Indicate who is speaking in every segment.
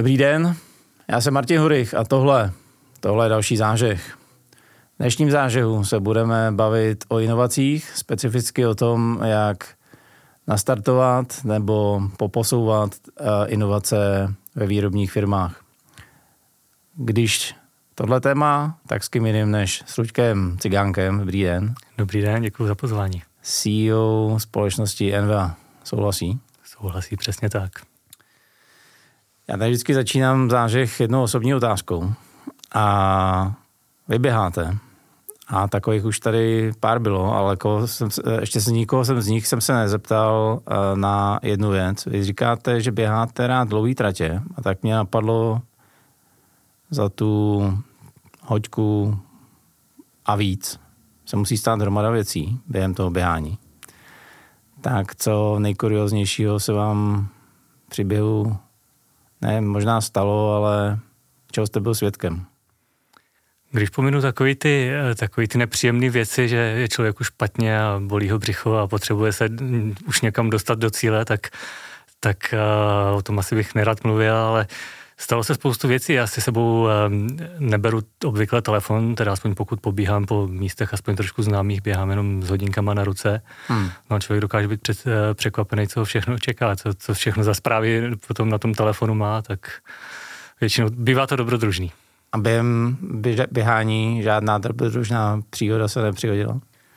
Speaker 1: Dobrý den, já jsem Martin Hurich a tohle je další zážeh. V dnešním zážehu se budeme bavit o inovacích, specificky o tom, jak nastartovat nebo poposouvat inovace ve výrobních firmách. Když tohle téma, tak s kým jiným než s Luďkem Cigánkem. Dobrý den.
Speaker 2: Dobrý den, děkuji za pozvání.
Speaker 1: CEO společnosti NVA. Souhlasí?
Speaker 2: Souhlasí, přesně tak.
Speaker 1: Já tady vždycky začínám zážeh jednou osobní otázkou. A vy běháte. A takových už tady pár bylo, ale ještě se nikoho z nich jsem se nezeptal na jednu věc. Vy říkáte, že běháte rád dlouhý tratě, a tak mě napadlo za tu hoďku a víc se musí stát hromada věcí během toho běhání. Tak co nejkurioznějšího se vám při běhu ne, možná stalo, ale čeho jste byl svědkem?
Speaker 2: Když pominu takový ty nepříjemné věci, že je člověk už špatně a bolí ho břicho a potřebuje se už někam dostat do cíle, tak o tom asi bych nerad mluvil, ale stalo se spoustu věcí. Já si sebou neberu obvykle telefon, teda aspoň pokud pobíhám po místech aspoň trošku známých, běhám jenom s hodinkama na ruce. No, člověk dokáže být překvapený, co všechno čeká, co všechno za zprávy potom na tom telefonu má, tak většinou bývá to dobrodružný.
Speaker 1: A během běhání žádná dobrodružná příhoda se nepřihodila?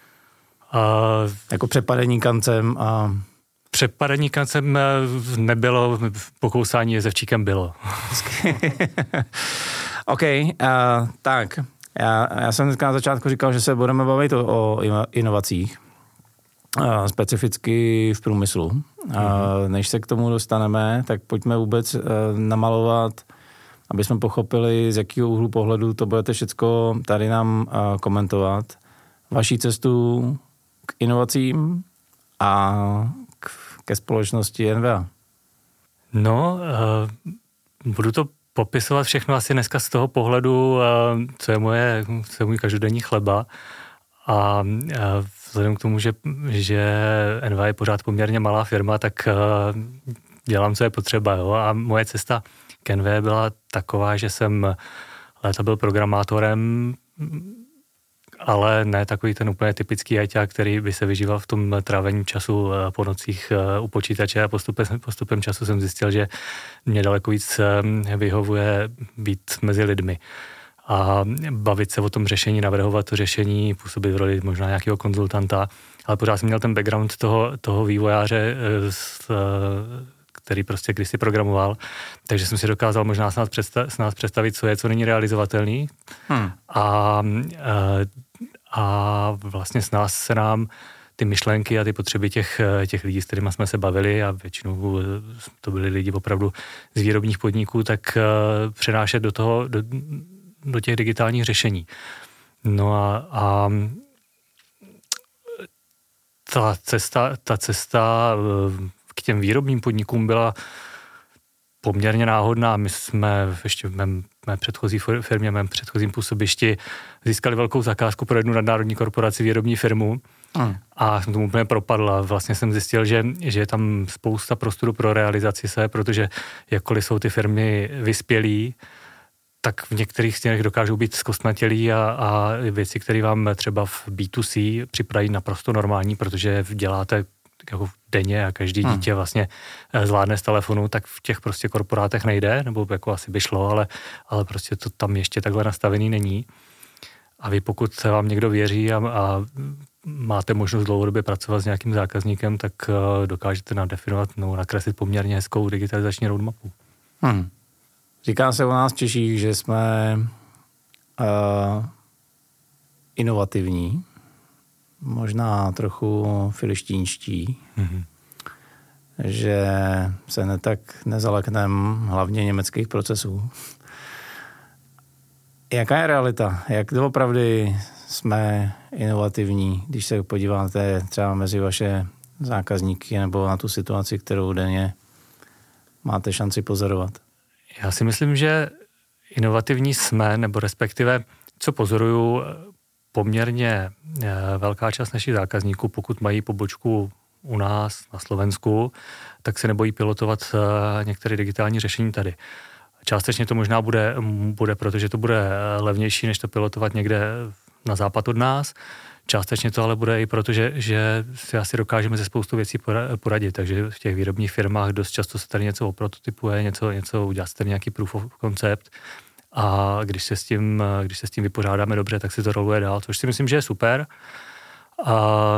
Speaker 1: Jako přepadení kancem a...
Speaker 2: Přepadení kancem nebylo, pokousání jezevčíkem bylo.
Speaker 1: OK, tak. Já jsem dneska na začátku říkal, že se budeme bavit o inovacích, specificky v průmyslu. Než se k tomu dostaneme, tak pojďme vůbec namalovat, aby jsme pochopili, z jakého úhlu pohledu to budete všecko tady nám komentovat. Vaší cestu k inovacím a ke společnosti NVA.
Speaker 2: No, budu to popisovat všechno asi dneska z toho pohledu, co je můj každodenní chleba. A vzhledem k tomu, že NVA je pořád poměrně malá firma, tak dělám, co je potřeba. Jo? A moje cesta k NVA byla taková, že jsem léta byl programátorem, ale ne takový ten úplně typický ajťák, který by se vyžíval v tom trávení času po nocích u počítače, a postupem času jsem zjistil, že mě daleko víc vyhovuje být mezi lidmi a bavit se o tom řešení, navrhovat to řešení, působit v roli možná nějakého konzultanta, ale pořád jsem měl ten background toho vývojáře, který prostě kdysi programoval, takže jsem si dokázal možná snad představit, co není realizovatelný. A vlastně se nám ty myšlenky a ty potřeby těch lidí, s kterými jsme se bavili, a většinou to byli lidi opravdu z výrobních podniků, tak přenášet do těch digitálních řešení. No a ta cesta k těm výrobním podnikům byla poměrně náhodná. My jsme ještě v mé předchozí firmě, mém předchozím působišti získali velkou zakázku pro jednu nadnárodní korporaci, výrobní firmu, a jsem tomu úplně propadl a vlastně jsem zjistil, že je tam spousta prostoru pro realizaci se, protože jakkoliv jsou ty firmy vyspělý, tak v některých směrech dokážou být zkostnatělí a věci, které vám třeba v B2C připadají naprosto normální, protože děláte jako denně a každý dítě vlastně zvládne z telefonu, tak v těch prostě korporátech nejde, nebo jako asi by šlo, ale prostě to tam ještě takhle nastavený není. A vy, pokud se vám někdo věří a máte možnost dlouhodobě pracovat s nějakým zákazníkem, tak dokážete nadefinovat, nakreslit poměrně hezkou digitalizační roadmapu.
Speaker 1: Říká se o nás Češích, že jsme inovativní, možná trochu filištínští, že se tak nezaleknem hlavně německých procesů. Jaká je realita? Jak doopravdy jsme inovativní, když se podíváte třeba mezi vaše zákazníky nebo na tu situaci, kterou denně máte šanci pozorovat?
Speaker 2: Já si myslím, že inovativní jsme, nebo respektive, co pozoruju, poměrně velká část našich zákazníků, pokud mají pobočku u nás na Slovensku, tak se nebojí pilotovat některé digitální řešení tady. Částečně to možná bude, protože to bude levnější, než to pilotovat někde na západ od nás. Částečně to ale bude i proto, že si asi dokážeme ze spoustu věcí poradit, takže v těch výrobních firmách dost často se tady něco oprototypuje, něco udělat tady nějaký proof of concept a když se s tím vypořádáme dobře, tak se to roluje dál, což si myslím, že je super. A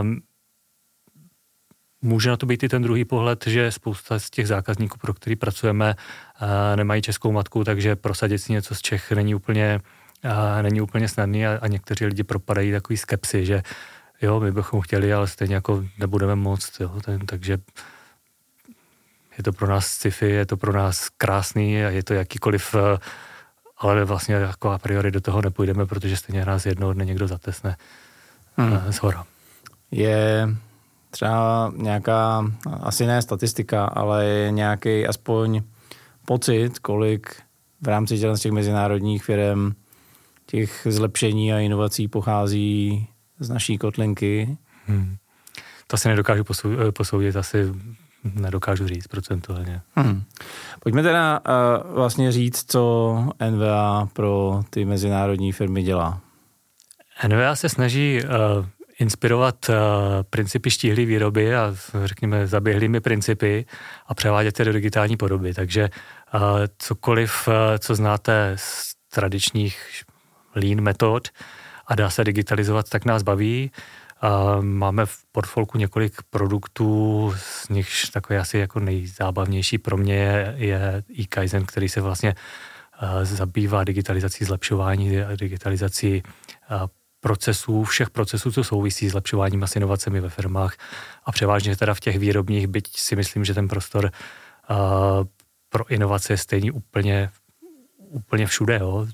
Speaker 2: může na to být i ten druhý pohled, že spousta z těch zákazníků, pro který pracujeme, nemají českou matku, takže prosadit si něco z Čech není úplně snadný a někteří lidi propadají takový skepsy, že jo, my bychom chtěli, ale stejně jako nebudeme moct, jo, takže je to pro nás sci-fi, je to pro nás krásný a je to jakýkoliv, ale vlastně jako a priori do toho nepůjdeme, protože stejně nás jednoho dne někdo zatesne zhora.
Speaker 1: Je třeba nějaká, asi ne statistika, ale je nějaký aspoň pocit, kolik v rámci těch mezinárodních firm těch zlepšení a inovací pochází z naší kotlinky?
Speaker 2: To si nedokážu posoudit, asi nedokážu říct procentuálně.
Speaker 1: Pojďme teda vlastně říct, co NVA pro ty mezinárodní firmy dělá.
Speaker 2: NVA se snaží inspirovat principy štíhlé výroby a řekněme zaběhlými principy a převádět je do digitální podoby. Takže cokoliv, co znáte z tradičních lean metod a dá se digitalizovat, tak nás baví. Máme v portfolku několik produktů, z nichž takový asi jako nejzábavnější pro mě je eKaizen, který se vlastně zabývá digitalizací zlepšování, digitalizací všech procesů, co souvisí s zlepšováním a s inovacemi ve firmách a převážně teda v těch výrobních, byť si myslím, že ten prostor pro inovace je stejný úplně všude. Jo.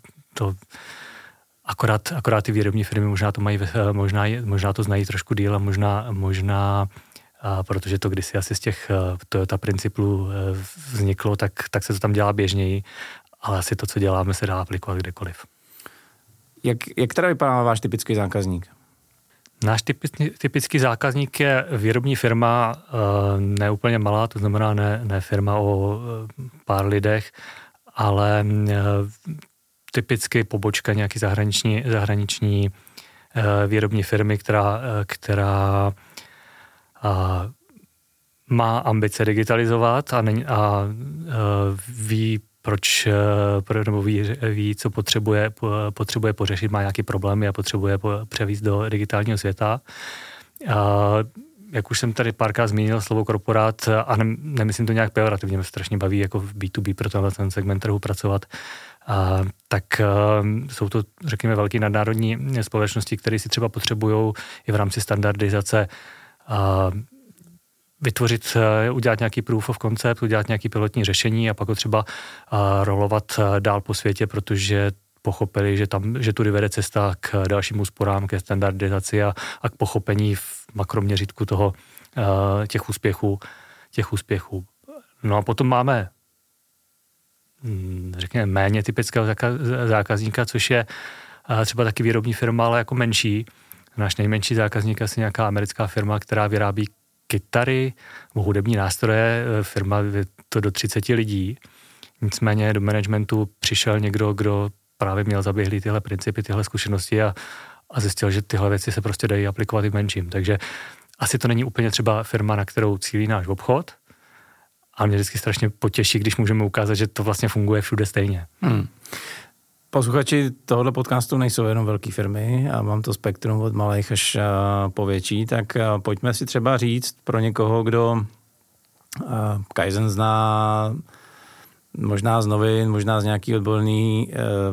Speaker 2: Akorát ty výrobní firmy možná to mají, možná to znají trošku díl a možná protože to kdysi asi z těch Toyota principů vzniklo, tak se to tam dělá běžněji, ale asi to, co děláme, se dá aplikovat kdekoliv.
Speaker 1: Jak teda vypadá váš typický zákazník?
Speaker 2: Náš typický zákazník je výrobní firma, ne úplně malá, to znamená ne firma o pár lidech, ale typicky pobočka nějaký zahraniční výrobní firmy, která má ambice digitalizovat a ví, nebo ví, co potřebuje pořešit, má nějaký problémy a potřebuje převízt do digitálního světa. Jak už jsem tady párkrát zmínil slovo korporát, a nemyslím to nějak pejorativně, mě strašně baví jako v B2B pro ten segment trhu pracovat, tak jsou to, řekněme, velké nadnárodní společnosti, které si třeba potřebují i v rámci standardizace udělat nějaký proof of concept, udělat nějaký pilotní řešení a pak ho třeba rolovat dál po světě, protože pochopili, že tudy vede cesta k dalším úsporám, ke standardizaci a k pochopení v makroměřítku těch úspěchů. No a potom máme řekněme méně typického zákazníka, což je třeba taky výrobní firma, ale jako menší. Náš nejmenší zákazník je asi nějaká americká firma, která vyrábí kytary, hudební nástroje, firma je to do 30 lidí. Nicméně do managementu přišel někdo, kdo právě měl zaběhlý tyhle principy, tyhle zkušenosti a zjistil, že tyhle věci se prostě dají aplikovat i v menším. Takže asi to není úplně třeba firma, na kterou cílí náš obchod, a mě vždycky strašně potěší, když můžeme ukázat, že to vlastně funguje všude stejně.
Speaker 1: Posluchači tohoto podcastu nejsou jenom velké firmy a mám to spektrum od malých až po větší, tak pojďme si třeba říct pro někoho, kdo Kaizen zná možná z novin, možná z nějaký odborný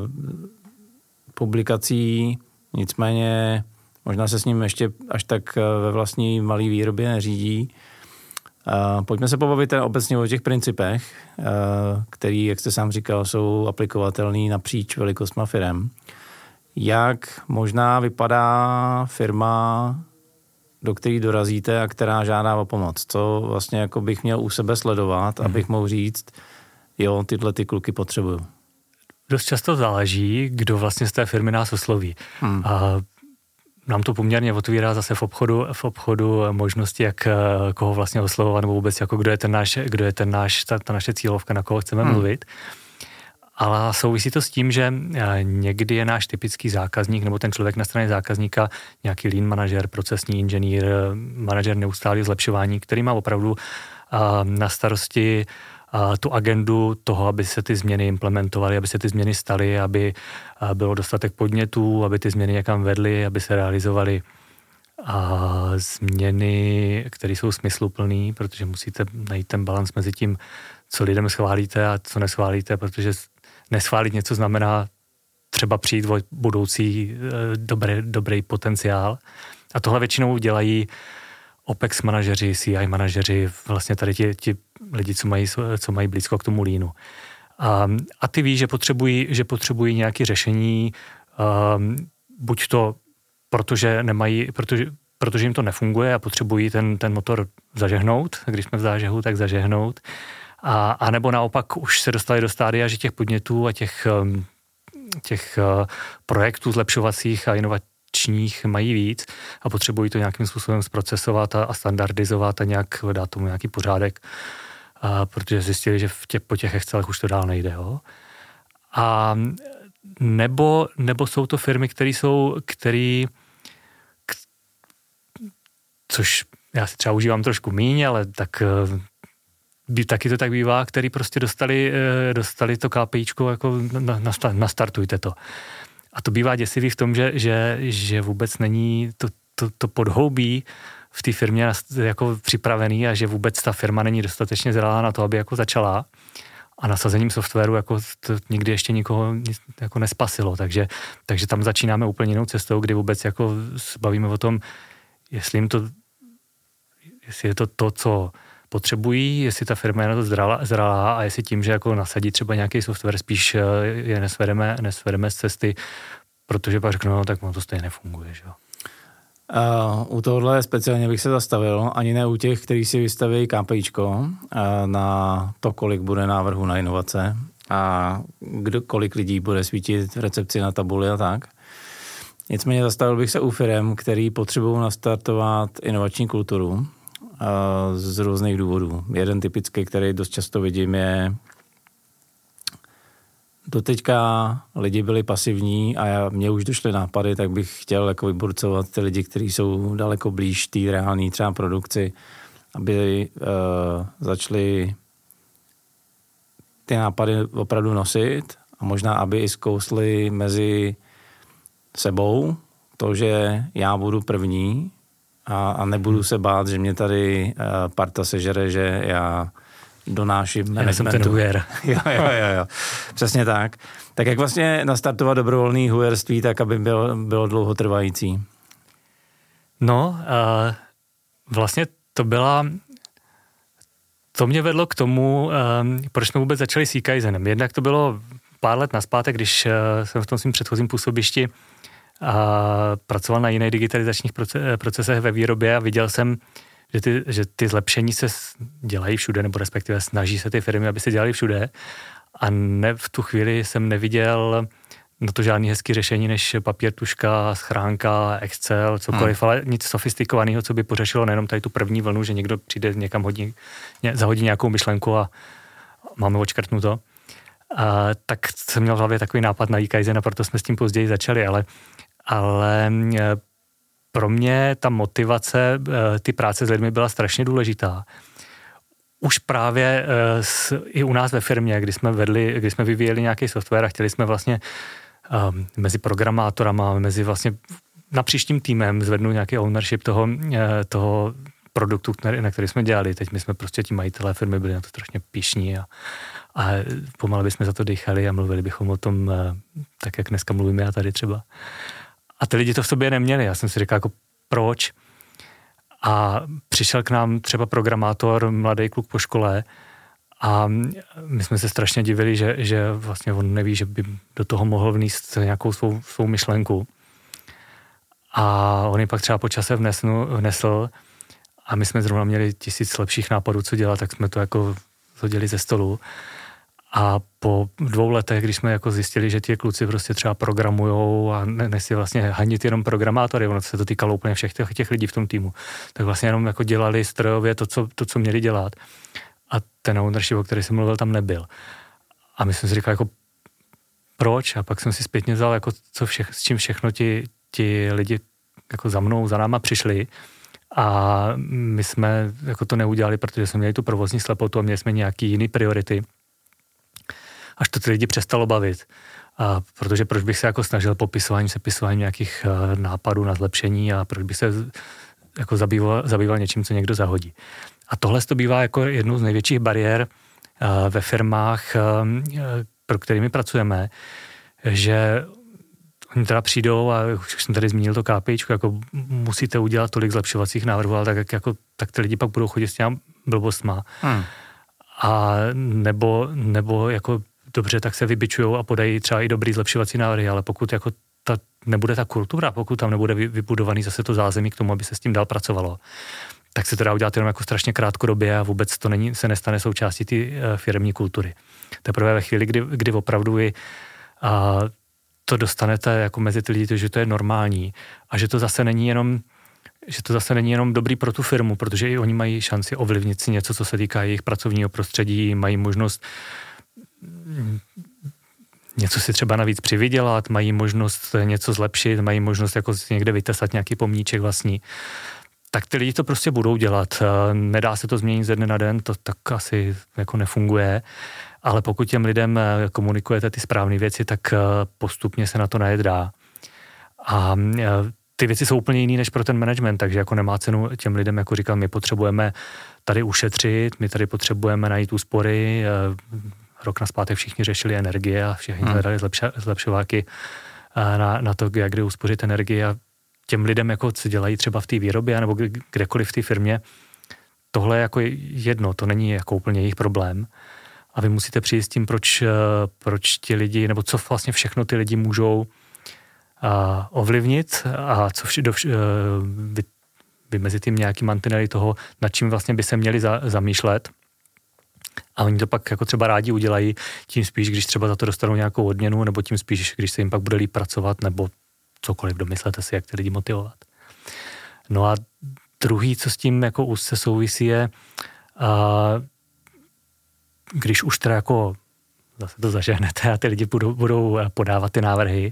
Speaker 1: publikací, nicméně možná se s ním ještě až tak ve vlastní malý výrobě neřídí. Pojďme se pobavit obecně o těch principech, který, jak jste sám říkal, jsou aplikovatelný napříč velikostma firem. Jak možná vypadá firma, do které dorazíte a která žádá o pomoc? Co vlastně jako bych měl u sebe sledovat, abych mohl říct, jo, tyhle ty kluky potřebuju?
Speaker 2: Dost často záleží, kdo vlastně z té firmy nás osloví. Nám to poměrně otvírá zase v obchodu možnosti, jak koho vlastně oslovovat, nebo vůbec jako kdo je ta naše cílovka, na koho chceme mluvit. Ale souvisí to s tím, že někdy je náš typický zákazník nebo ten člověk na straně zákazníka nějaký lean manažer, procesní inženýr, manažer neustálého zlepšování, který má opravdu na starosti tu agendu toho, aby se ty změny implementovaly, aby se ty změny staly, aby bylo dostatek podnětů, aby ty změny někam vedly, aby se realizovaly změny, které jsou smysluplné, protože musíte najít ten balans mezi tím, co lidem schválíte a co neschválíte, protože neschválit něco znamená třeba přijít o budoucí dobrý potenciál. A tohle většinou dělají OPEX manažeři, CI manažeři, vlastně tady ti lidi, co mají blízko k tomu línu. A ty ví, že potřebují nějaké řešení, buď to protože jim to nefunguje a potřebují ten motor zažehnout, když jsme v zážehu, tak zažehnout. A nebo naopak už se dostali do stádia, že těch podnětů a těch projektů zlepšovacích a inovačních mají víc a potřebují to nějakým způsobem zprocesovat a standardizovat a nějak dát tomu nějaký pořádek, protože zjistili, že po těch Excelech už to dál nejde. Jo? A nebo jsou to firmy, což já si třeba užívám trošku míň, ale taky to tak bývá, který prostě dostali to KPIčko, jako nastartujte to. A to bývá děsivý v tom, že vůbec není to podhoubí v té firmě jako připravený a že vůbec ta firma není dostatečně zralá na to, aby jako začala. A nasazením softwaru jako to nikdy ještě nikoho jako nespasilo. Takže tam začínáme úplně jinou cestou, kdy vůbec jako bavíme o tom, jestli je to, co potřebují, jestli ta firma je na to zralá a jestli tím, že jako nasadí třeba nějaký software, spíš je nesvedeme z cesty, protože pak řeknou, no tak to stejně nefunguje, že jo.
Speaker 1: U tohohle speciálně bych se zastavil, ani ne u těch, kteří si vystaví KPIčko na to, kolik bude návrhu na inovace a kolik lidí bude svítit v recepci na tabuli a tak. Nicméně zastavil bych se u firem, který potřebují nastartovat inovační kulturu z různých důvodů. Jeden typický, který dost často vidím, je doteďka lidi byli pasivní a mně už došly nápady, tak bych chtěl jako vyburcovat ty lidi, kteří jsou daleko blíž té reální třeba produkci, aby začali ty nápady opravdu nosit a možná, aby i zkousli mezi sebou to, že já budu první a nebudu se bát, že mě tady parta sežere, že já donáším managementu.
Speaker 2: Já jsem ten hujer.
Speaker 1: Jo. Přesně tak. Tak jak vlastně nastartovat dobrovolný hujerství tak, aby bylo dlouhotrvající?
Speaker 2: No, vlastně to mě vedlo k tomu, proč jsme vůbec začali s Kaizenem. Jednak to bylo pár let nazpátek, když jsem v tom svým předchozím působišti pracoval na jiných digitalizačních procesech ve výrobě a viděl jsem, že ty zlepšení se dělají všude, nebo respektive snaží se ty firmy, aby se dělaly všude. A v tu chvíli jsem neviděl na to žádný hezký řešení, než papír, tužka, schránka, Excel, cokoliv, ale nic sofistikovaného, co by pořešilo nejenom tady tu první vlnu, že někdo přijde někam zahodí nějakou myšlenku a máme odškrtnuto. Tak jsem měl v hlavě takový nápad na Kaizen a proto jsme s tím později začali, ale pro mě ta motivace, ty práce s lidmi byla strašně důležitá. Už právě i u nás ve firmě, kdy jsme vyvíjeli nějaký software a chtěli jsme vlastně mezi programátorama, mezi vlastně napříč tím týmem zvednout nějaký ownership toho produktu, na který jsme dělali. Teď my jsme prostě ti majitelé firmy byli na to strašně pyšní a pomalu bychom za to dýchali a mluvili bychom o tom tak, jak dneska mluvíme a tady třeba. A ty lidi to v sobě neměli. Já jsem si říkal, jako proč? A přišel k nám třeba programátor, mladý kluk po škole a my jsme se strašně divili, že vlastně on neví, že by do toho mohl vnést nějakou svou myšlenku. A on ji pak třeba po čase vnesl a my jsme zrovna měli 1000 lepších nápadů, co dělat, tak jsme to jako zhodili ze stolu. A po 2 letech, když jsme jako zjistili, že ti kluci prostě třeba programujou a nesi vlastně hanit jenom programátory, ono se to týkalo úplně všech těch lidí v tom týmu, tak vlastně jenom jako dělali strojově to, co měli dělat. A ten ownership, o který jsem mluvil, tam nebyl. A my jsme si říkali, jako proč? A pak jsem si zpětně vzal, jako s čím všechno ti lidi jako za náma přišli. A my jsme jako to neudělali, protože jsme měli tu provozní slepotu a měli jsme nějaký jiný priority. Až to ty lidi přestalo bavit. A protože proč bych se jako snažil sepisování nějakých nápadů na zlepšení a proč bych se jako zabýval něčím, co někdo zahodí. A tohle to bývá jako jednou z největších bariér ve firmách, pro kterými pracujeme, že oni teda přijdou a už jsem tady zmínil to KPIčko, jako musíte udělat tolik zlepšovacích návrhů, ale tak ty lidi pak budou chodit s těma blbostma. A nebo jako dobře, tak se vybičujou a podají třeba i dobrý zlepšovací návrhy, ale pokud jako nebude ta kultura, pokud tam nebude vybudovaný zase to zázemí k tomu, aby se s tím dál pracovalo, tak se to dá udělat jenom jako strašně krátkodobě a vůbec to se nestane součástí ty firemní kultury. Teprve ve chvíli, kdy opravdu vy to dostanete jako mezi ty lidi, že to je normální a že to zase není jenom dobrý pro tu firmu, protože i oni mají šanci ovlivnit si něco, co se týká jejich pracovního prostředí, mají možnost něco si třeba navíc přivydělat, mají možnost něco zlepšit, mají možnost jako si někde vytesat nějaký pomníček vlastní. Tak ty lidi to prostě budou dělat. Nedá se to změnit ze dne na den, to tak asi jako nefunguje, ale pokud těm lidem komunikujete ty správné věci, tak postupně se na to najet dá. A ty věci jsou úplně jiný než pro ten management, takže jako nemá cenu těm lidem jako říkat, my potřebujeme tady ušetřit, my tady potřebujeme najít úspory. Rok nazpátek všichni řešili energie a všichni hledali zlepšováky na to, jak kde uspořit energii a těm lidem, jako co dělají třeba v té výrobě nebo kdekoliv v té firmě, tohle je jako jedno, to není jako úplně jejich problém. A vy musíte přijít s tím, proč ti lidi, nebo co vlastně všechno ty lidi můžou ovlivnit a co vymezit jim nějaký mantinely toho, nad čím vlastně by se měli zamýšlet. A oni to pak jako třeba rádi udělají, tím spíš, když třeba za to dostanou nějakou odměnu, nebo tím spíš, když se jim pak bude líp pracovat, nebo cokoliv, domyslete si, jak ty lidi motivovat. No a druhý, co s tím jako úzce souvisí, je, když už teda jako zase to zažehnete a ty lidi budou podávat ty návrhy,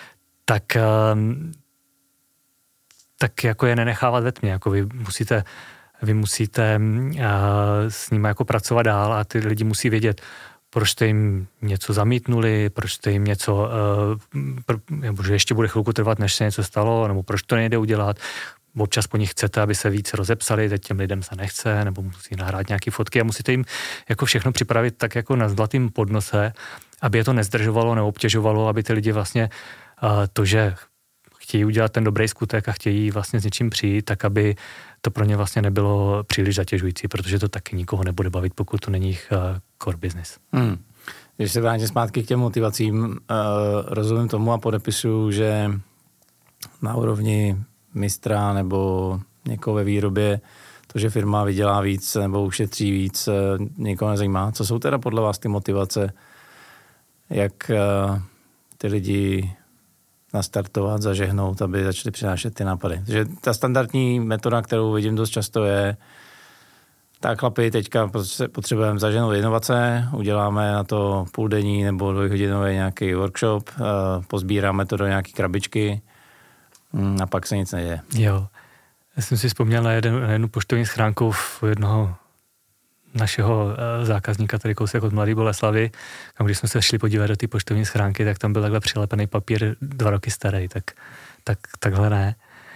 Speaker 2: tak jako je nenechávat ve tmě, jako vy musíte s nimi jako pracovat dál a ty lidi musí vědět, proč jste jim něco zamítnuli, proč jste jim něco, že ještě bude chvilku trvat, než se něco stalo, nebo proč to nejde udělat. Občas po nich chcete, aby se víc rozepsali, teď těm lidem se nechce, nebo musí nahrát nějaké fotky a musíte jim jako všechno připravit tak jako na zlatým podnose, aby je to nezdržovalo, neobtěžovalo, aby ty lidi vlastně to, že chtějí udělat ten dobrý skutek a chtějí vlastně s něčím přijít, tak aby to pro ně vlastně nebylo příliš zatěžující, protože to taky nikoho nebude bavit, pokud to není jejich core business.
Speaker 1: Když se vrátím zpátky k těm motivacím, rozumím tomu a podepisuju, že na úrovni mistra nebo někoho ve výrobě to, že firma vydělá víc nebo ušetří víc, nikoho nezajímá. Co jsou teda podle vás ty motivace, jak ty lidi nastartovat, zažehnout, aby začali přinášet ty nápady. Takže ta standardní metoda, kterou vidím dost často je, tak chlapi, teďka potřebujeme zažehnout inovace, uděláme na to půldenní nebo dvojhodinový nějaký workshop, pozbíráme to do nějaký krabičky a pak se nic neděje.
Speaker 2: Jo, já jsem si vzpomněl na jednu poštovní schránku v jednoho našeho zákazníka, tady kousek od Mladé Boleslavi, kam když jsme se šli podívat do té poštovní schránky, tak tam byl takhle přilepený papír 2 roky starý, takhle ne.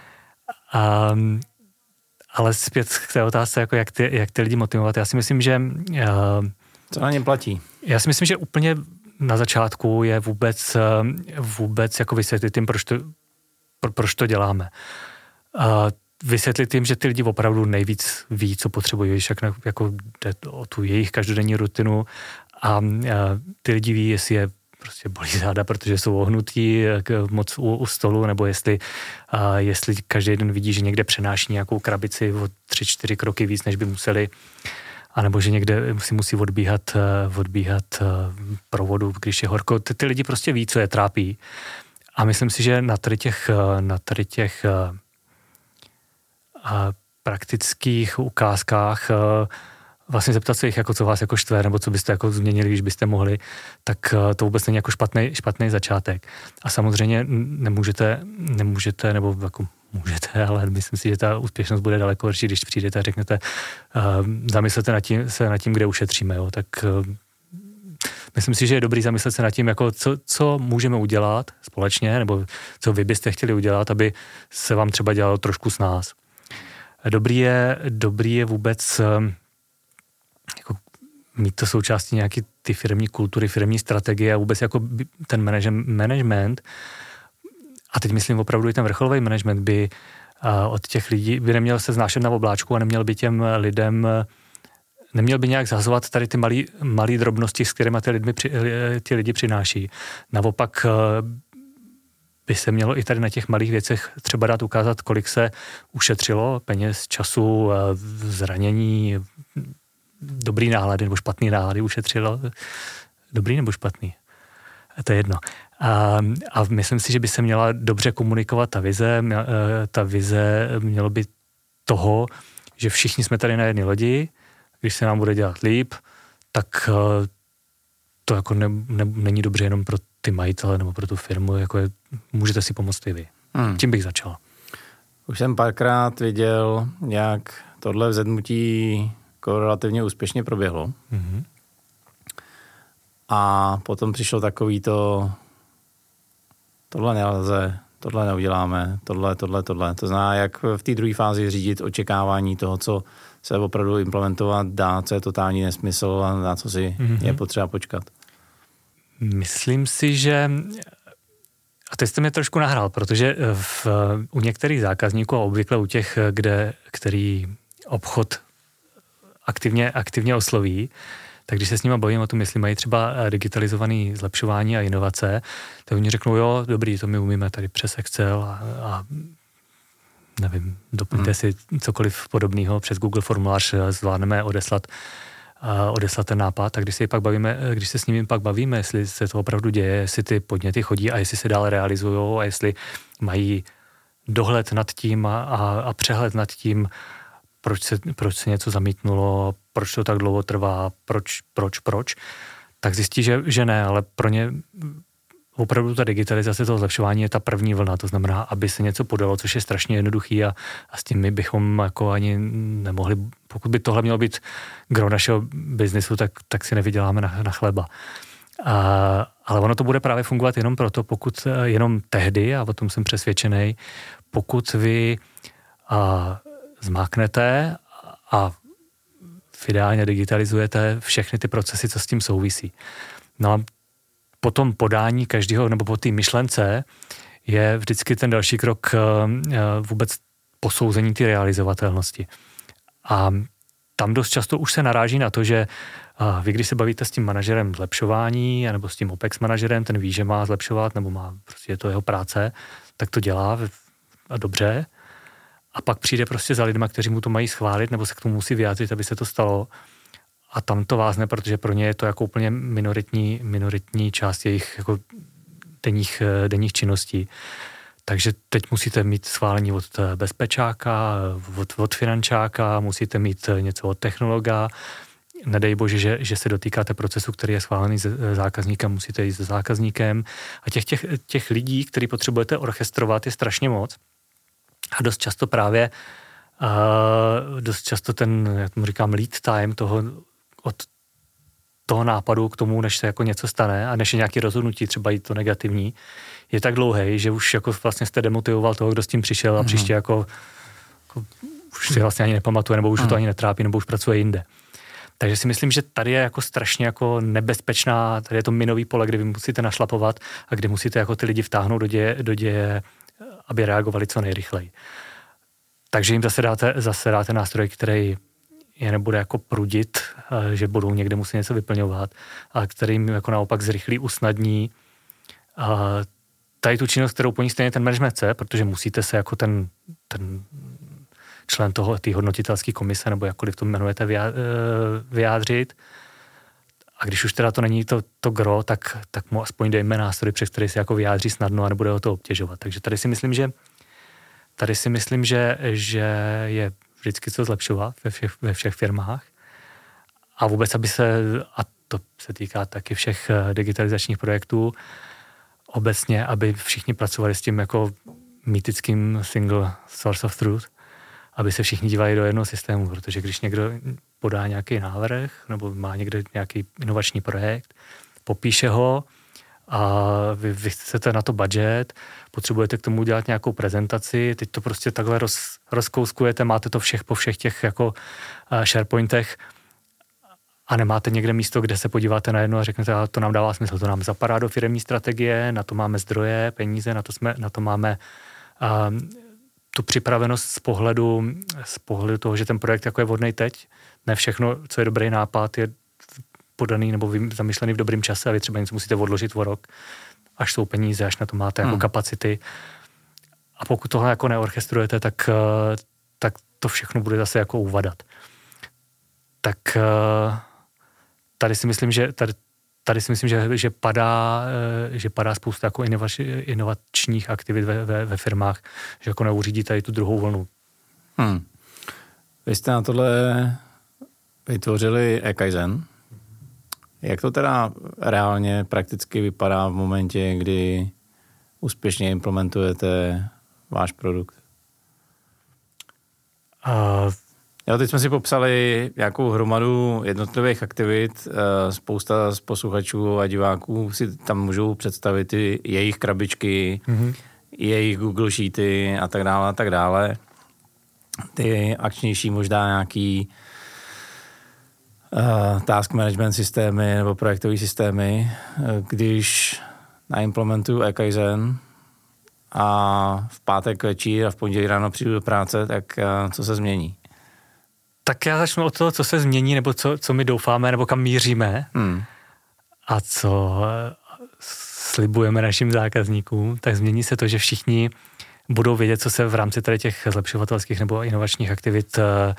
Speaker 2: Ale zpět k té otázce, jako jak ty lidi motivovat, já si myslím, že...
Speaker 1: Co na něm platí?
Speaker 2: Já si myslím, že úplně na začátku je vůbec jako vysvětlit jim, proč to děláme. Vysvětlit jim, že ty lidi opravdu nejvíc ví, co potřebují, však jako jde o tu jejich každodenní rutinu a ty lidi ví, jestli je prostě bolí záda, protože jsou ohnutí moc u stolu, nebo jestli každý den vidí, že někde přenáší nějakou krabici o 3-4 kroky víc, než by museli, anebo že někde si musí odbíhat provodu, když je horko. Ty lidi prostě ví, co je trápí. A myslím si, že na tady těch praktických ukázkách vlastně zeptat se jich, jako co vás jako štve, nebo co byste jako změnili, když byste mohli, tak to vůbec není jako špatný začátek. A samozřejmě nemůžete, nebo jako můžete, ale myslím si, že ta úspěšnost bude daleko horší, když přijdete a řeknete, zamyslete nad tím, kde ušetříme, jo, tak myslím si, že je dobrý zamyslet se nad tím, jako co můžeme udělat společně, nebo co vy byste chtěli udělat, aby se vám třeba dělalo trošku s nás. Dobrý je vůbec jako mít to součástí nějaký ty firmní kultury, firmní strategie a vůbec jako ten management, a teď myslím opravdu i ten vrcholový management by od těch lidí, by neměl se znášet na obláčku a neměl by těm lidem, neměl by nějak zahazovat tady ty malý drobnosti, s kterými ty lidi přináší. Naopak by se mělo i tady na těch malých věcech třeba dát ukázat, kolik se ušetřilo peněz, času, zranění, dobrý nálady nebo špatný nálady ušetřilo. Dobrý nebo špatný? To je jedno. A myslím si, že by se měla dobře komunikovat ta vize. Ta vize mělo by toho, že všichni jsme tady na jedné lodi, když se nám bude dělat líp, tak to jako není dobře jenom pro ty majitele nebo pro tu firmu, jako můžete si pomoct i vy. Tím bych začal.
Speaker 1: Už jsem párkrát viděl, jak tohle vzedmutí jako relativně úspěšně proběhlo. Mm-hmm. A potom přišlo takový tohle nelze, tohle neuděláme, tohle. To znamená, jak v té druhé fázi řídit očekávání toho, co se opravdu implementovat dá, co je totální nesmysl a na co si je potřeba počkat. Myslím si, že a teď jste mě trošku nahrál, protože u některých zákazníků a obvykle u těch, který obchod aktivně osloví, tak když se s nimi bavím o tom, jestli mají třeba digitalizované zlepšování a inovace, tak oni řeknou, jo, dobrý, to my umíme tady přes Excel a nevím, doplňte si cokoliv podobného přes Google formulář, zvládneme odeslat ten nápad. Tak když se s nimi pak bavíme, jestli se to opravdu děje, jestli ty podněty chodí a jestli se dále realizujou a jestli mají dohled nad tím a přehled nad tím, proč se něco zamítnulo, proč to tak dlouho trvá, proč, tak zjistí, že ne, ale pro ně opravdu ta digitalizace toho zlepšování je ta první vlna, to znamená, aby se něco podalo, což je strašně jednoduchý a s tím my bychom jako ani nemohli, pokud by tohle mělo být gro našeho biznesu, tak si nevyděláme na chleba. Ale ono to bude právě fungovat jenom tehdy, a o tom jsem přesvědčený, pokud vy zmáknete a ideálně digitalizujete všechny ty procesy, co s tím souvisí. No a po tom podání každého, nebo po té myšlence je vždycky ten další krok vůbec posouzení té realizovatelnosti. A tam dost často už se naráží na to, že vy, když se bavíte s tím manažerem zlepšování, nebo s tím OPEX manažerem, ten ví, že má zlepšovat, nebo prostě je to jeho práce, tak to dělá a dobře. A pak přijde prostě za lidma, kteří mu to mají schválit, nebo se k tomu musí vyjádřit, aby se to stalo. A tam to vázne, protože pro ně je to jako úplně minoritní část jejich jako denních činností. Takže teď musíte mít schválení od bezpečáka, od finančáka, musíte mít něco od technologa. Nedej bože, že se dotýkáte procesu, který je schválený s zákazníkem, musíte jít s zákazníkem. A těch lidí, který potřebujete orchestrovat, je strašně moc. A dost často ten, jak tomu říkám, lead time od toho nápadu k tomu, než se jako něco stane a než je nějaké rozhodnutí, třeba i to negativní, je tak dlouhý, že už jako vlastně jste demotivoval toho, kdo s tím přišel a příště jako už si vlastně ani nepamatuje, nebo už to ani netrápí, nebo už pracuje jinde. Takže si myslím, že tady je jako strašně jako nebezpečná, tady je to minový pole, kde vy musíte našlapovat a kde musíte jako ty lidi vtáhnout do děje, aby reagovali co nejrychleji. Takže jim zase dáte nástroj, který je nebude jako prudit, že budou někde muset něco vyplňovat, ale který jim jako naopak zrychlí, usnadní tady tu činnost, kterou po ní stejně ten management chce, protože musíte se jako ten člen té hodnotitelské komise, nebo jakkoliv to jmenujete, vyjádřit. A když už teda to není to gro, tak mu aspoň dejme nástroj, přes který se jako vyjádří snadno a nebude ho to obtěžovat. Takže tady si myslím, že je vždycky co zlepšovat ve všech firmách.
Speaker 2: a vůbec, aby a to se týká taky všech digitalizačních projektů, obecně, aby všichni pracovali s tím jako mýtickým single source of truth, aby se všichni dívali do jednoho systému, protože když někdo podá nějaký návrh nebo má někde nějaký inovační projekt, popíše ho a vy chcete na to budget, potřebujete k tomu udělat nějakou prezentaci, teď to prostě takhle rozkouskujete, máte to po všech těch jako SharePointech a nemáte někde místo, kde se podíváte na jedno a řeknete, to nám dává smysl, to nám zapadá do firemní strategie, na to máme zdroje, peníze, na to máme tu připravenost z pohledu toho, že ten projekt jako je vhodnej teď. Ne všechno, co je dobrý nápad, je podaný nebo zamýšlený v dobrém čase a vy třeba něco musíte odložit o rok, až jsou peníze, až na to máte jako kapacity. A pokud tohle jako neorchestrujete, tak to všechno bude zase jako uvadat. Tak tady si myslím, že padá spousta jako inovačních aktivit ve firmách, že jako neuřídí tady tu druhou vlnu.
Speaker 1: Vy jste na tohle vytvořili eKaizen. Jak to teda reálně prakticky vypadá v momentě, kdy úspěšně implementujete váš produkt? Jo, teď jsme si popsali nějakou hromadu jednotlivých aktivit. Spousta z posluchačů a diváků si tam můžou představit i jejich krabičky, jejich Google Sheety a tak dále a tak dále. Ty akčnější možná nějaký task management systémy nebo projektové systémy. Když naimplementuju eKaizen a v pátek večer a v pondělí ráno přijdu do práce, tak co se změní?
Speaker 2: Tak já začnu od toho, co se změní, nebo co my doufáme, nebo kam míříme a co slibujeme našim zákazníkům, tak změní se to, že všichni budou vědět, co se v rámci tady těch zlepšovatelských nebo inovačních aktivit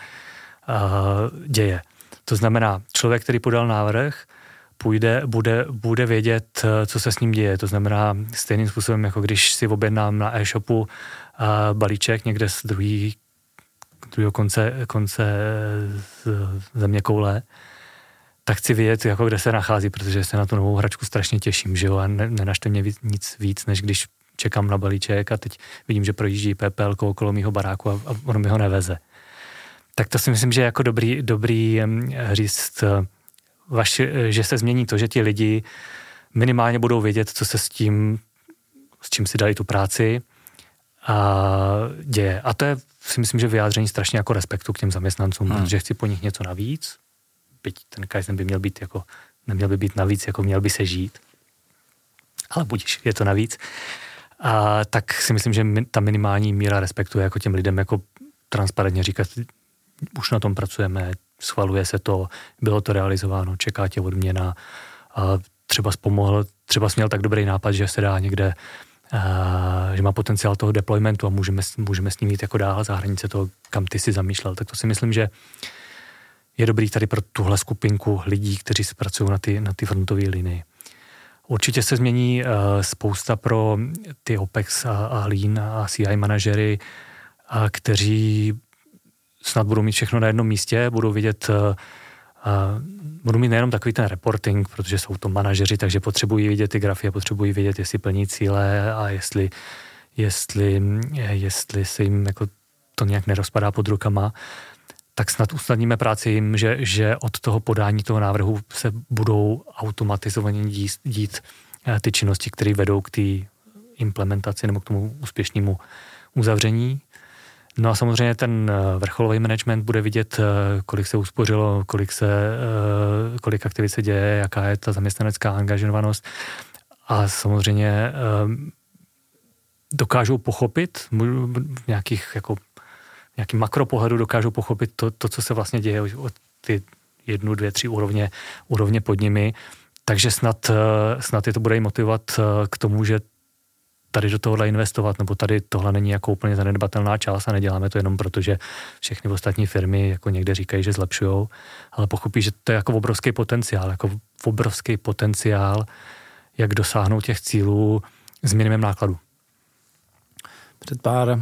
Speaker 2: děje. To znamená, člověk, který podal návrh, bude vědět, co se s ním děje. To znamená stejným způsobem, jako když si objednám na e-shopu balíček někde z druhého konce země koule, tak chci vědět, jako kde se nachází, protože se na tu novou hračku strašně těším, že jo, a nenašte mě nic víc, než když čekám na balíček a teď vidím, že projíždí PPL okolo mýho baráku a ono mi ho neveze. Tak to si myslím, že je jako dobrý říct, že se změní to, že ti lidi minimálně budou vědět, co se s čím si dali tu práci a děje. A to je, si myslím, že vyjádření strašně jako respektu k těm zaměstnancům, protože chci po nich něco navíc, byť ten kaizen by neměl by být navíc, jako měl by se žít, ale budiž, je to navíc. A tak si myslím, že ta minimální míra respektu je jako těm lidem jako transparentně říkat, už na tom pracujeme, schvaluje se to, bylo to realizováno, čeká tě odměna, třeba jsi měl tak dobrý nápad, že se dá někde, že má potenciál toho deploymentu a můžeme s ním jít jako dál za hranice toho, kam ty si zamýšlel. Tak to si myslím, že je dobrý tady pro tuhle skupinku lidí, kteří se pracují na ty frontové linii. Určitě se změní spousta pro ty OPEX a Lean a CI manažery, kteří snad budou mít všechno na jednom místě, budou mít nejenom takový ten reporting, protože jsou to manažeři, takže potřebují vidět ty grafy a potřebují vědět, jestli plní cíle a jestli se jim jako to nějak nerozpadá pod rukama, tak snad usnadníme práci jim, že od toho podání toho návrhu se budou automatizovaně dít ty činnosti, které vedou k té implementaci nebo k tomu úspěšnému uzavření. No a samozřejmě ten vrcholový management bude vidět, kolik se uspořilo, kolik aktivit se děje, jaká je ta zaměstnanecká angažovanost a samozřejmě dokážou pochopit v nějakým makropohledu dokážou pochopit to, co se vlastně děje od ty 1, 2, 3 úrovně pod nimi, takže snad je to bude jim motivovat k tomu, že tady do tohohle investovat, nebo tady tohle není jako úplně zanedbatelná část a neděláme to jenom proto, že všechny ostatní firmy jako někde říkají, že zlepšujou, ale pochopí, že to je jako obrovský potenciál, jak dosáhnout těch cílů s minimem nákladů.
Speaker 1: Před pár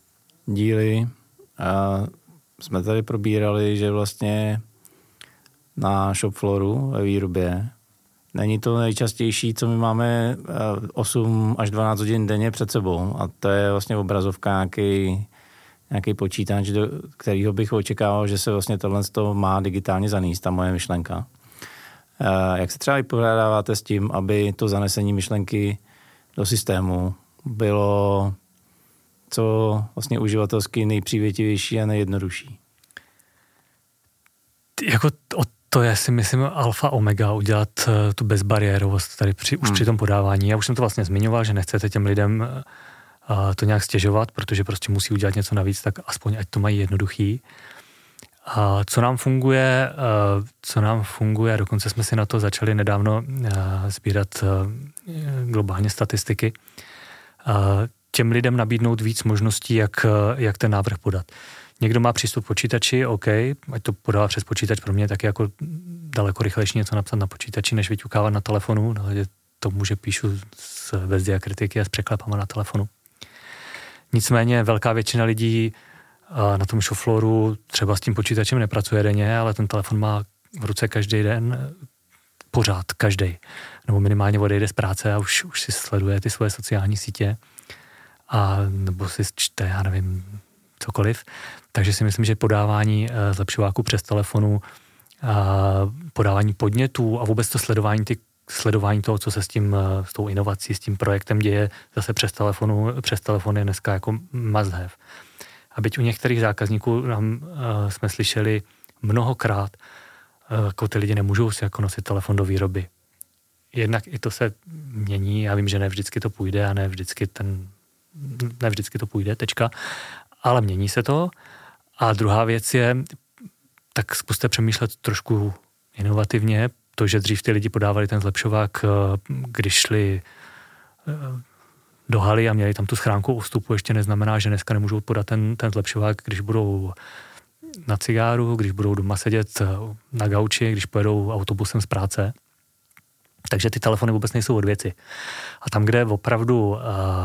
Speaker 1: díly jsme tady probírali, že vlastně na shop flooru ve výrobě. Není to nejčastější, co my máme 8 až 12 hodin denně před sebou a to je vlastně obrazovka, nějaký počítač, do kterého bych očekával, že se vlastně tohle má digitálně zanést, ta moje myšlenka. Jak se třeba vypořádáváte s tím, aby to zanesení myšlenky do systému bylo co vlastně uživatelsky nejpřívětivější a nejjednodušší?
Speaker 2: Jako to je, si myslím, alfa omega, udělat tu bezbariérovost tady už při tom podávání. Já už jsem to vlastně zmiňoval, že nechcete těm lidem to nějak stěžovat, protože prostě musí udělat něco navíc, tak aspoň ať to mají jednoduchý. Co nám funguje, dokonce jsme si na to začali nedávno sbírat globálně statistiky, těm lidem nabídnout víc možností, jak ten návrh podat. Někdo má přístup k počítači, OK, ať to podává přes počítač, pro mě je taky jako daleko rychlejší něco napsat na počítači, než vyťukávat na telefonu, tomu, že píšu bez diakritiky a s překlepama na telefonu. Nicméně velká většina lidí na tom shop flooru třeba s tím počítačem nepracuje denně, ale ten telefon má v ruce každý den, pořád, každý. Nebo minimálně odejde z práce a už si sleduje ty svoje sociální sítě a nebo si čte, já nevím, cokoliv. Takže si myslím, že podávání zlepšováků přes telefonu, podávání podnětů a vůbec to sledování toho, co se s tou inovací, s tím projektem děje zase přes telefon je dneska jako must have. A byť u některých zákazníků jsme slyšeli mnohokrát, jako ty lidi nemůžou si jako nosit telefon do výroby. Jednak i to se mění, já vím, že ne vždycky to půjde a ne vždycky to půjde, tečka, ale mění se to. A druhá věc je, tak zkuste přemýšlet trošku inovativně, to, že dřív ty lidi podávali ten zlepšovák, když šli do haly a měli tam tu schránku u vstupu, ještě neznamená, že dneska nemůžou podat ten zlepšovák, když budou na cigáru, když budou doma sedět na gauči, když pojedou autobusem z práce. Takže ty telefony vůbec nejsou od věci. A tam, kde opravdu,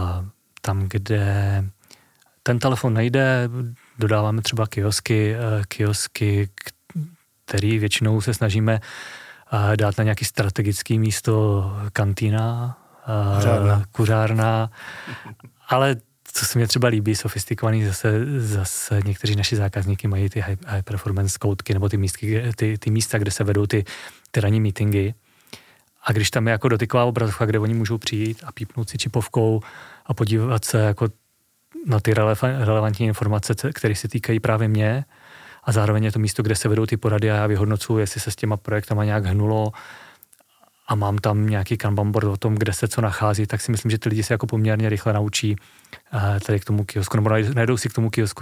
Speaker 2: kde ten telefon nejde, dodáváme třeba kiosky, který většinou se snažíme dát na nějaký strategický místo, kantýna, kuřárna, ale co se mě třeba líbí, sofistikovaný, zase někteří naši zákazníky mají ty high performance koutky nebo ty místa, kde se vedou ty ranní meetingy. A když tam je jako dotyková obrazovka, kde oni můžou přijít a pípnout si čipovkou a podívat se jako na ty relevantní informace, které se týkají právě mě, a zároveň je to místo, kde se vedou ty porady a já vyhodnocuji, jestli se s těma projektama nějak hnulo a mám tam nějaký Kanban board o tom, kde se co nachází, tak si myslím, že ty lidi se jako poměrně rychle naučí tady k tomu kiosku, nebo najdou si k tomu kiosku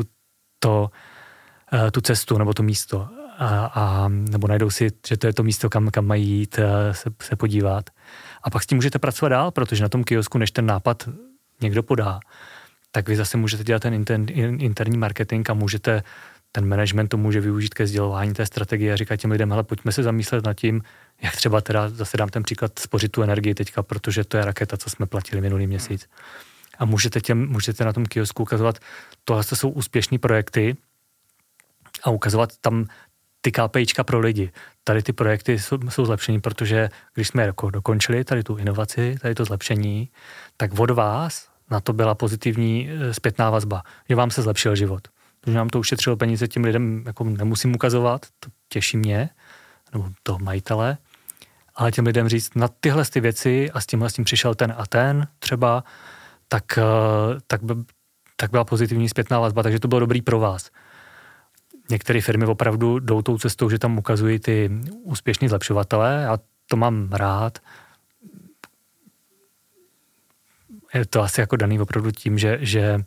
Speaker 2: tu cestu nebo to místo. Nebo najdou si, že to je to místo, kam mají jít se podívat. A pak s tím můžete pracovat dál, protože na tom kiosku, než ten nápad někdo podá, tak vy zase můžete dělat ten interní marketing a můžete, ten management to může využít ke sdělování té strategie a říkat těm lidem, hele, pojďme se zamyslet nad tím, jak třeba teda, zase dám ten příklad, spořit tu energii teďka, protože to je raketa, co jsme platili minulý měsíc. A můžete na tom kiosku ukazovat, tohle jsou úspěšný projekty a ukazovat tam ty KPIčka pro lidi. Tady ty projekty jsou zlepšení, protože když jsme jako dokončili tady tu inovaci, tady to zlepšení, tak od vás na to byla pozitivní zpětná vazba, že vám se zlepšil život. Protože nám to ušetřilo peníze, tím lidem jako nemusím ukazovat, to těší mě, nebo toho majitele, ale těm lidem říct na tyhle ty věci a s tím přišel ten a ten třeba, tak byla pozitivní zpětná vazba, takže to bylo dobrý pro vás. Některé firmy opravdu jdou tou cestou, že tam ukazují ty úspěšní zlepšovatele, já to mám rád. Je to asi jako daný opravdu tím, že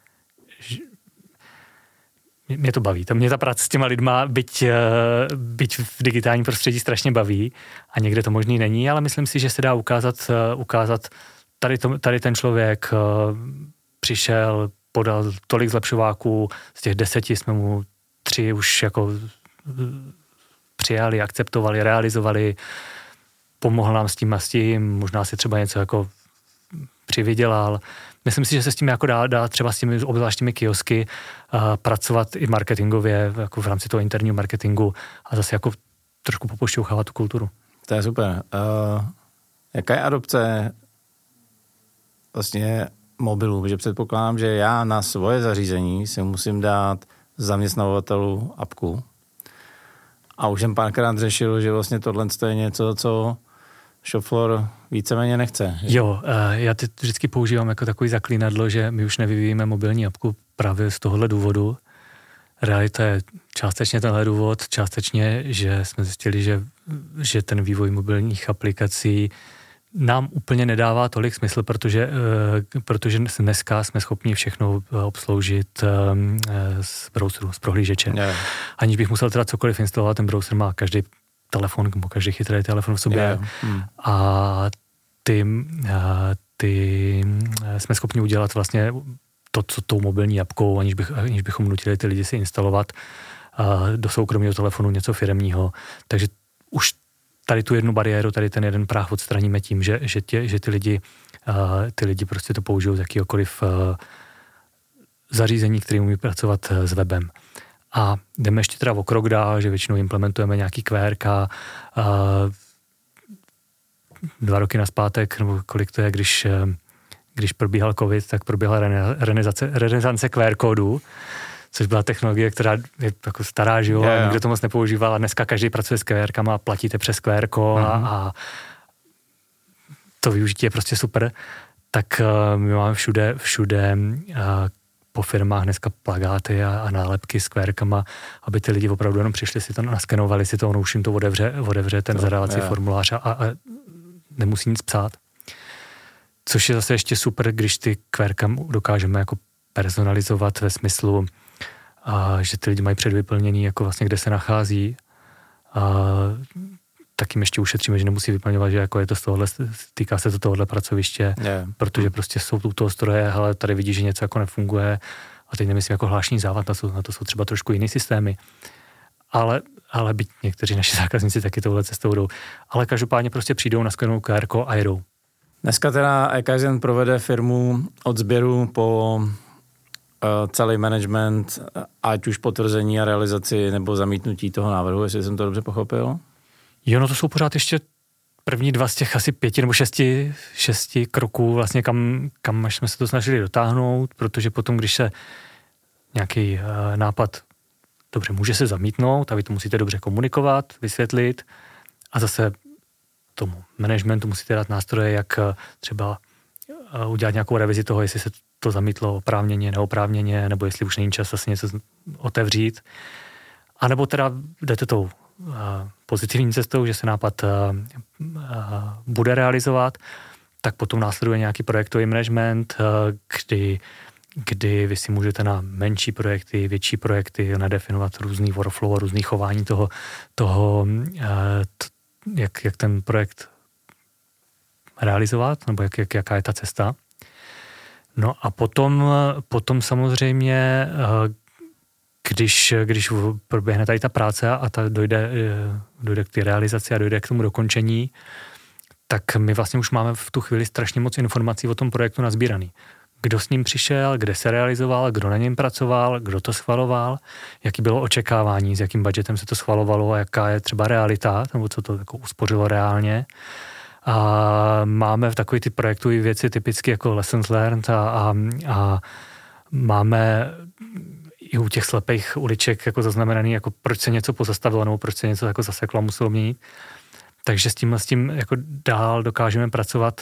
Speaker 2: mě to baví. Mě ta práce s těma lidma, byť v digitálním prostředí strašně baví a někde to možný není, ale myslím si, že se dá ukázat tady ten člověk přišel, podal tolik zlepšováků, z těch 10 jsme mu 3 už jako přijali, akceptovali, realizovali, pomohl nám s tím a s tím, možná si třeba něco jako přivydělal. Myslím si, že se s tím jako dá třeba s těmi obzvláštními kiosky pracovat i marketingově, jako v rámci toho interního marketingu a zase jako trošku popošťouchávat tu kulturu.
Speaker 1: To je super. Jaká je adopce vlastně mobilů? Protože předpokládám, že já na svoje zařízení si musím dát zaměstnavatelů apku. A už jsem párkrát řešil, že vlastně tohle je něco, co Shopfloor víceméně nechce.
Speaker 2: Jo, já teď vždycky používám jako takový zaklínadlo, že my už nevyvíjíme mobilní apku právě z tohohle důvodu. Realita je částečně tenhle důvod, částečně, že jsme zjistili, že ten vývoj mobilních aplikací nám úplně nedává tolik smysl, protože dneska jsme schopni všechno obsloužit z browseru, z prohlížeče.
Speaker 1: Yeah.
Speaker 2: Aniž bych musel teda cokoliv instalovat, ten browser má každý telefon, nebo každý chytrý telefon v sobě.
Speaker 1: Yeah.
Speaker 2: A ty jsme schopni udělat vlastně to, co tou mobilní apkou, aniž bychom nutili ty lidi si instalovat do soukromého telefonu něco firemního. Takže už tady tu jednu bariéru, tady ten jeden práh odstraníme tím, že ty lidi prostě to použijou z jakýhokoliv zařízení, který umí pracovat s webem. A jdeme ještě teda o krok dál, že většinou implementujeme nějaký QRK. 2 roky nazpátek, nebo kolik to je, když probíhal covid, tak probíhala renesance QR kódu, což byla technologie, která je jako stará, že jo, a nikdo to moc nepoužíval a dneska každý pracuje s QRkama a platíte přes QRko a to využití je prostě super. Tak my máme všude po firmách dneska plakáty a nálepky s QRkama, aby ty lidi opravdu jenom přišli, si to naskenovali, si to, ono už jim to odevře ten zadávací formulář a nemusí nic psát. Což je zase ještě super, když ty QRka dokážeme jako personalizovat ve smyslu, že ty lidi mají předvyplněný, jako vlastně kde se nachází. Tak jim ještě ušetříme, že nemusí vyplňovat, že jako je to z tohohle, týká se to tohohle pracoviště, protože prostě jsou tu toho stroje, hele, tady vidí, že něco jako nefunguje a teď nemyslím jako hlášení závad, na to jsou třeba trošku jiný systémy. Ale byť někteří naši zákazníci taky touhle cestou jdou. Ale každopádně prostě přijdou, naskenují QRko a jedou.
Speaker 1: Dneska teda eKaizen provede firmu od sběru po celý management, ať už potvrzení a realizaci nebo zamítnutí toho návrhu, jestli jsem to dobře pochopil?
Speaker 2: Jo, no to jsou pořád ještě první 2 z těch asi 5 nebo 6 kroků, vlastně kam až jsme se to snažili dotáhnout, protože potom, když se nějaký nápad dobře může se zamítnout a vy to musíte dobře komunikovat, vysvětlit a zase tomu managementu musíte dát nástroje, jak třeba udělat nějakou revizi toho, jestli se to zamítlo oprávněně, neoprávněně, nebo jestli už není čas asi něco otevřít. A nebo teda jdete tou pozitivní cestou, že se nápad bude realizovat, tak potom následuje nějaký projektový management, kdy vy si můžete na menší projekty, větší projekty nadefinovat různý workflow a různý chování toho jak ten projekt realizovat, nebo jaká je ta cesta. No a potom samozřejmě, když proběhne tady ta práce a dojde k té realizaci a dojde k tomu dokončení, tak my vlastně už máme v tu chvíli strašně moc informací o tom projektu nazbíraný. Kdo s ním přišel, kde se realizoval, kdo na něm pracoval, kdo to schvaloval, jaký bylo očekávání, s jakým budgetem se to schvalovalo a jaká je třeba realita, nebo co to jako uspořilo reálně. A máme v takové ty projektové věci typicky jako lessons learned a máme i u těch slepých uliček jako zaznamenaný, jako proč se něco pozastavilo nebo proč se něco jako zaseklo a muselo měnit. Takže s tím jako dál dokážeme pracovat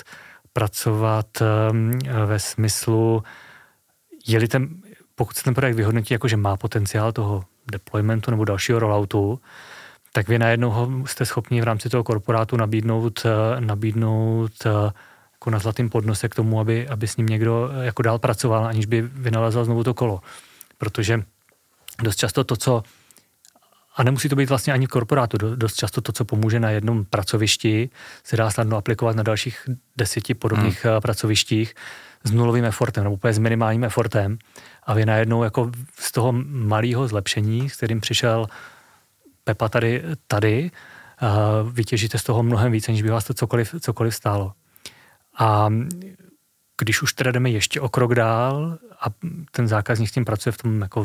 Speaker 2: ve smyslu, pokud se ten projekt vyhodnotí jako, že má potenciál toho deploymentu nebo dalšího rolloutu, tak vy najednou jste schopni v rámci toho korporátu nabídnout jako na zlatým podnose k tomu, aby s ním někdo jako dál pracoval, aniž by vynalezal znovu to kolo. Protože dost často a nemusí to být vlastně ani v korporátu, dost často to, co pomůže na jednom pracovišti, se dá snadno aplikovat na dalších 10 podobných pracovištích s nulovým effortem, nebo úplně s minimálním effortem. A vy najednou jako z toho malého zlepšení, s kterým přišel Pepa tady vytěžíte z toho mnohem více, než by vás to cokoliv stálo. A když už teda jdeme ještě o krok dál a ten zákazník s tím pracuje v tom jako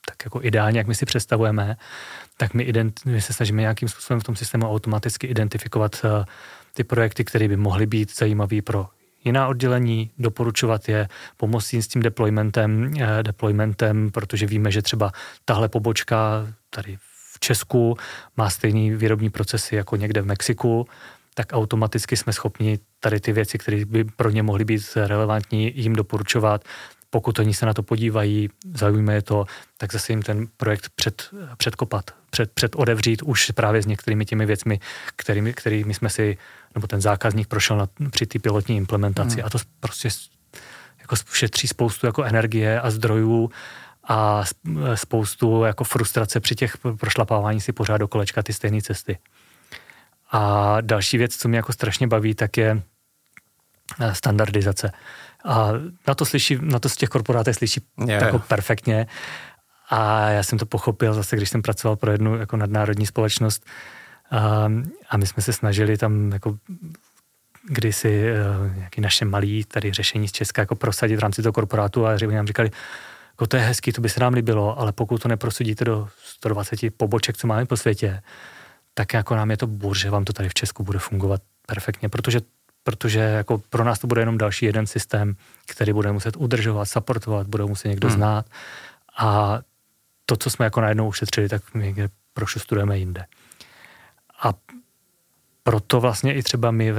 Speaker 2: tak jako ideálně, jak my si představujeme, tak my se snažíme nějakým způsobem v tom systému automaticky identifikovat ty projekty, které by mohly být zajímavé pro jiná oddělení, doporučovat je, pomoct jim s tím deploymentem, protože víme, že třeba tahle pobočka tady v Česku má stejný výrobní procesy jako někde v Mexiku, tak automaticky jsme schopni tady ty věci, které by pro ně mohly být relevantní, jim doporučovat. Pokud oni se na to podívají, zaujme je to, tak zase jim ten projekt předkopat, předodevřít už právě s některými těmi věcmi, kterými jsme si, nebo ten zákazník prošel při té pilotní implementaci. A to prostě jako šetří spoustu jako energie a zdrojů a spoustu jako frustrace při těch prošlapávání si pořád do kolečka ty stejné cesty. A další věc, co mě jako strašně baví, tak je standardizace. A na to z těch korporátech slyší jako perfektně. A já jsem to pochopil zase, když jsem pracoval pro jednu jako nadnárodní společnost a my jsme se snažili tam jako kdysi nějaký naše malý tady řešení z Česka jako prosadit v rámci toho korporátu a nám říkali, jako to je hezký, to by se nám líbilo, ale pokud to neprosadíte do 120 poboček, co máme po světě, tak jako nám je to bůř, že vám to tady v Česku bude fungovat perfektně, protože jako pro nás to bude jenom další jeden systém, který bude muset udržovat, supportovat, bude muset někdo znát a to, co jsme jako najednou ušetřili, tak my někde prošustujeme jinde. A proto vlastně i třeba my v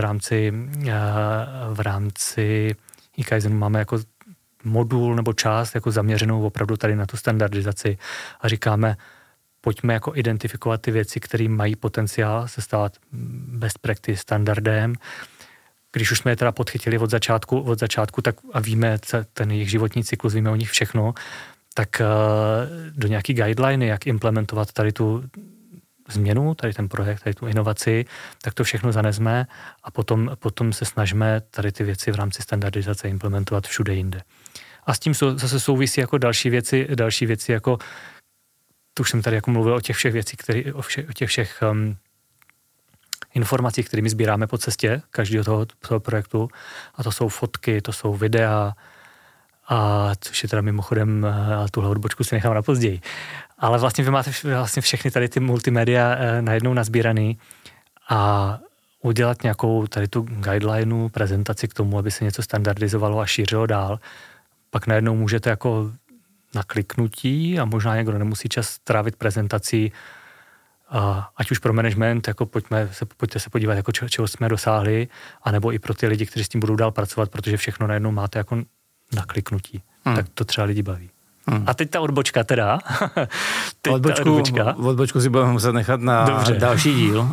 Speaker 2: rámci eKaizenu máme jako modul nebo část jako zaměřenou opravdu tady na tu standardizaci a říkáme, pojďme jako identifikovat ty věci, které mají potenciál se stát best practice standardem. Když už jsme je teda podchytili od začátku tak a víme ten jejich životní cyklus, víme o nich všechno, tak do nějaký guideliny, jak implementovat tady tu změnu, tady ten projekt, tady tu inovaci, tak to všechno zanesme a potom se snažíme tady ty věci v rámci standardizace implementovat všude jinde. A s tím zase souvisí jako další věci jako, to už jsem tady jako mluvil o těch všech věcí, o těch všech informací, kterými sbíráme po cestě každého toho projektu. A to jsou fotky, to jsou videa, a což je teda mimochodem, tuhle odbočku si nechám na později. Ale vlastně vy máte vlastně všechny tady ty multimédia najednou nazbíraný a udělat nějakou tady tu guidelineu, prezentaci k tomu, aby se něco standardizovalo a šířilo dál. Pak najednou můžete jako na kliknutí a možná někdo nemusí čas trávit prezentací, ať už pro management, jako pojďte se podívat, jako čeho jsme dosáhli, anebo i pro ty lidi, kteří s tím budou dál pracovat, protože všechno najednou máte jako na kliknutí. Tak to třeba lidi baví. A teď ta odbočka teda.
Speaker 1: Odbočku si budeme muset nechat na další díl.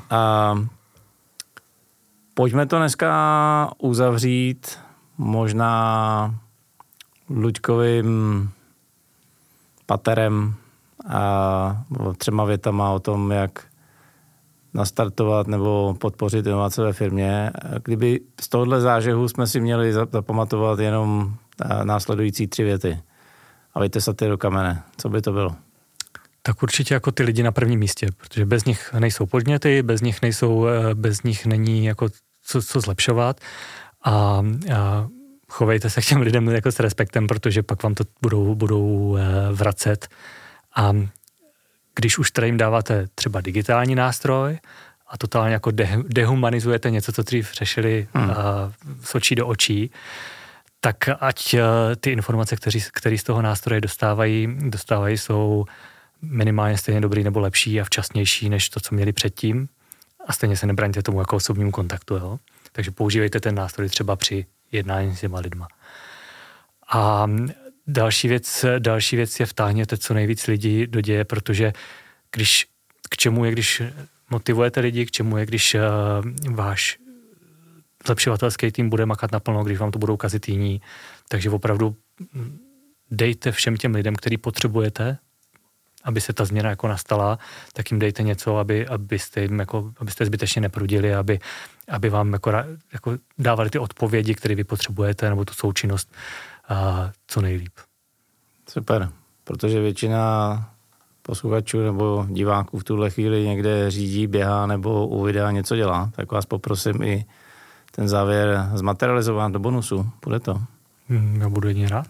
Speaker 1: Pojďme to dneska uzavřít možná Luďkovým paterem a 3 větama o tom, jak nastartovat nebo podpořit inovace ve firmě. Kdyby z tohohle zážehu jsme si měli zapamatovat jenom následující 3 věty a vytesat je do kamene, co by to bylo?
Speaker 2: Tak určitě jako ty lidi na prvním místě, protože bez nich nejsou podněty, bez nich není jako co zlepšovat a chovejte se k těm lidem jako s respektem, protože pak vám to budou vracet. A když už teda jim dáváte třeba digitální nástroj a totálně jako dehumanizujete něco, co dřív řešili z očí do očí, tak ať ty informace, které z toho nástroje dostávají, jsou minimálně stejně dobrý nebo lepší a včasnější než to, co měli předtím. A stejně se nebraňte tomu jako osobnímu kontaktu. Jo? Takže používejte ten nástroj třeba při jednání s těma lidma. A další věc je vtáhněte co nejvíc lidí do děje, protože k čemu je, když motivujete lidi, k čemu je, když váš zlepšovatelský tým bude makat naplno, když vám to budou kazit jiní. Takže opravdu dejte všem těm lidem, který potřebujete, aby se ta změna jako nastala, tak jim dejte něco, abyste zbytečně neprudili, aby vám jako dávali ty odpovědi, které vy potřebujete, nebo tu součinnost co nejlíp.
Speaker 1: Super, protože většina posluchačů nebo diváků v tuhle chvíli někde řídí, běhá nebo u videa něco dělá, tak vás poprosím i ten závěr zmaterializovat do bonusu. Bude to?
Speaker 2: Já budu jedině rád.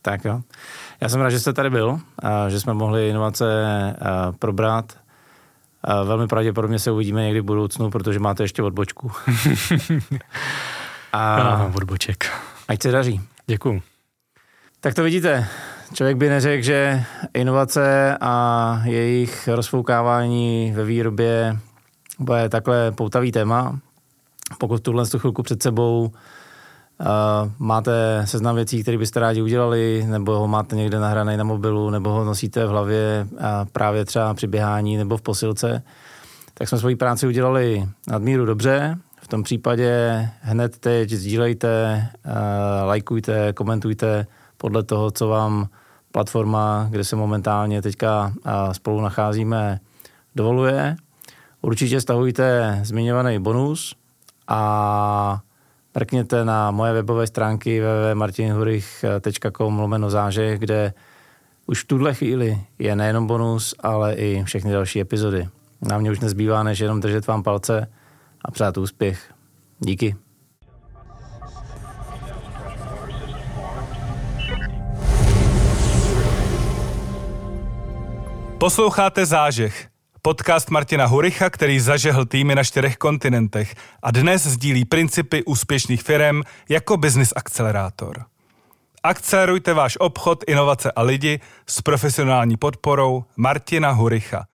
Speaker 1: Tak jo. Já jsem rád, že jste tady byl, že jsme mohli inovace probrat. Velmi pravděpodobně se uvidíme někdy v budoucnu, protože máte ještě odbočku.
Speaker 2: Já mám odboček.
Speaker 1: Ať se daří.
Speaker 2: Děkuju.
Speaker 1: Tak to vidíte. Člověk by neřekl, že inovace a jejich rozfoukávání ve výrobě bude takhle poutavý téma. Pokud tuhle chvilku před sebou máte seznam věcí, které byste rádi udělali, nebo ho máte někde nahraný na mobilu, nebo ho nosíte v hlavě právě třeba při běhání nebo v posilce, tak jsme svoji práci udělali nadmíru dobře. V tom případě hned teď sdílejte, lajkujte, komentujte podle toho, co vám platforma, kde se momentálně teďka spolu nacházíme, dovoluje. Určitě stahujte zmiňovaný bonus a mrkněte na moje webové stránky www.martinhurich.com/zážeh, kde už v tuhle chvíli je nejenom bonus, ale i všechny další epizody. Na mě už nezbývá, než jenom držet vám palce a přát úspěch. Díky.
Speaker 3: Posloucháte Zážeh, podcast Martina Huricha, který zažehl týmy na 4 kontinentech a dnes sdílí principy úspěšných firem jako business akcelerátor. Akcelerujte váš obchod, inovace a lidi s profesionální podporou Martina Huricha.